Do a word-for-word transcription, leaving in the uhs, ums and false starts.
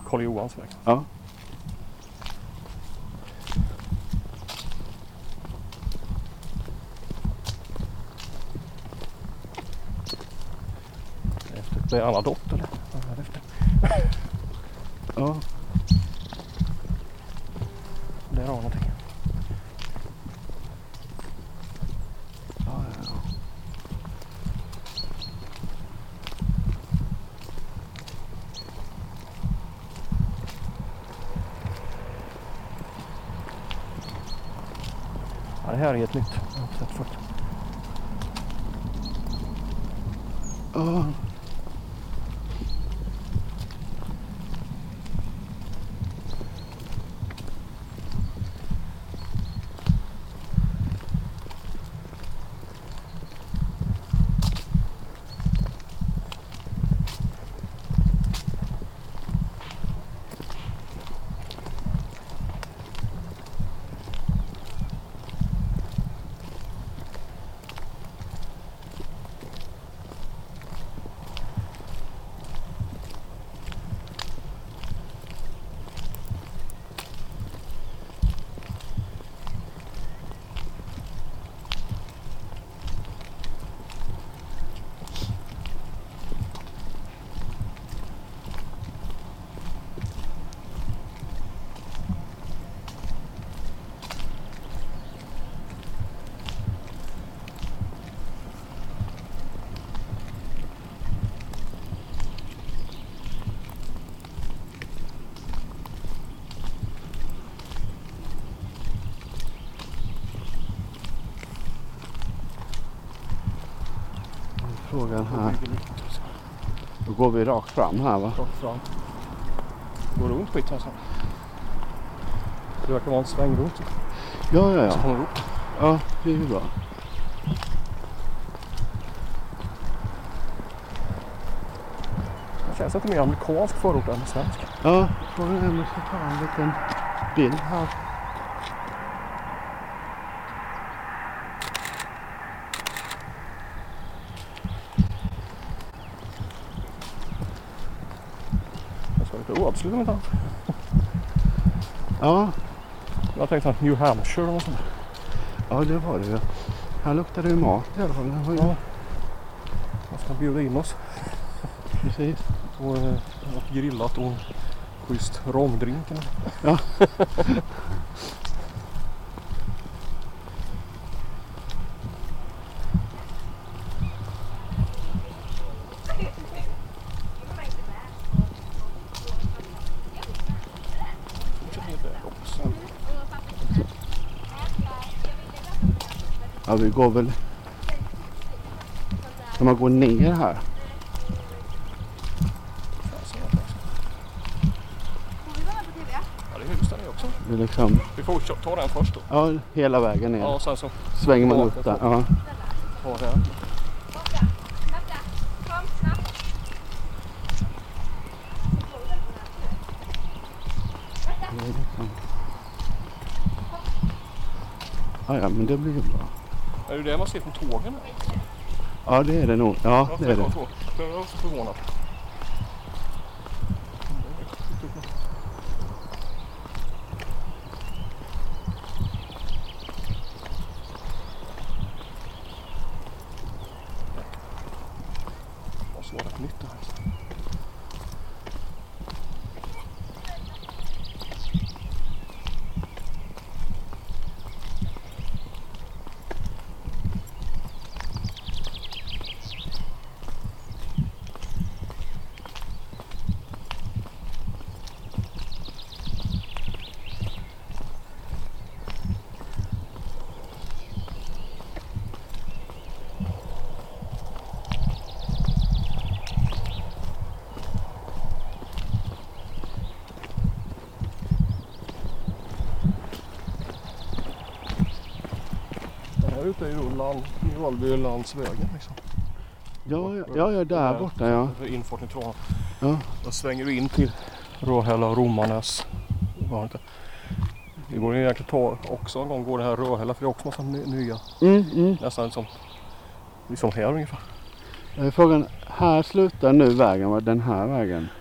Karl Johans väg. Ja. Efter Bernadotte eller? Efter. Ja. Där har någonting. Ja, ja, ja. Ja, det här är ett nytt. Jag har inte sett förut. Ja. Frågan här. Då går vi rakt fram här, va? Rakt fram. Går runt skit här sen. Det verkar vara en sväng runt. Ja, ja, Så ja. kommer vi upp. Ja, det är ju bra. Det känns inte mer amerikansk förort än svensk. Ja, får vi ändå ta en liten bild här. Jag ska lite oavslut om inte annat. Ja, Jag tänkte att New Hampshire eller något sånt. ja det var det ju. Här luktar det ju mat i alla fall. Det var ju... Ja. Jag ska bjuda in oss. Precis. Och eh, något grillat och en schysst romdrink. Ja. Ja, vi går väl... Kan man gå ner här? Ja, det är hus där nere också. Det är liksom... Vi får ta den först då. Ja, hela vägen ner. Ja, och sen så svänger man upp där. Ja. ta den. Det är liksom... Ja, ja, men det blir ju bra. Är det det man ser från tågen? Ja, det är det nog. Ja, det är det. Jag är också förvånad. Måste vara rätt nytt det här. Här ute är ju land, Valby landsvägen liksom. Ja, ja, ja, ja där där, borta, ja. För infarten till Trollhättan. Ja, Då svänger du in till Röhälla och Romanäs. Var inte. Det går egentligen ta också en gång går det här Röhälla för det är också massa ny- nya. mm, mm. Nästan som, liksom här ungefär. Eh, Frågan, här slutar nu vägen, var den här vägen?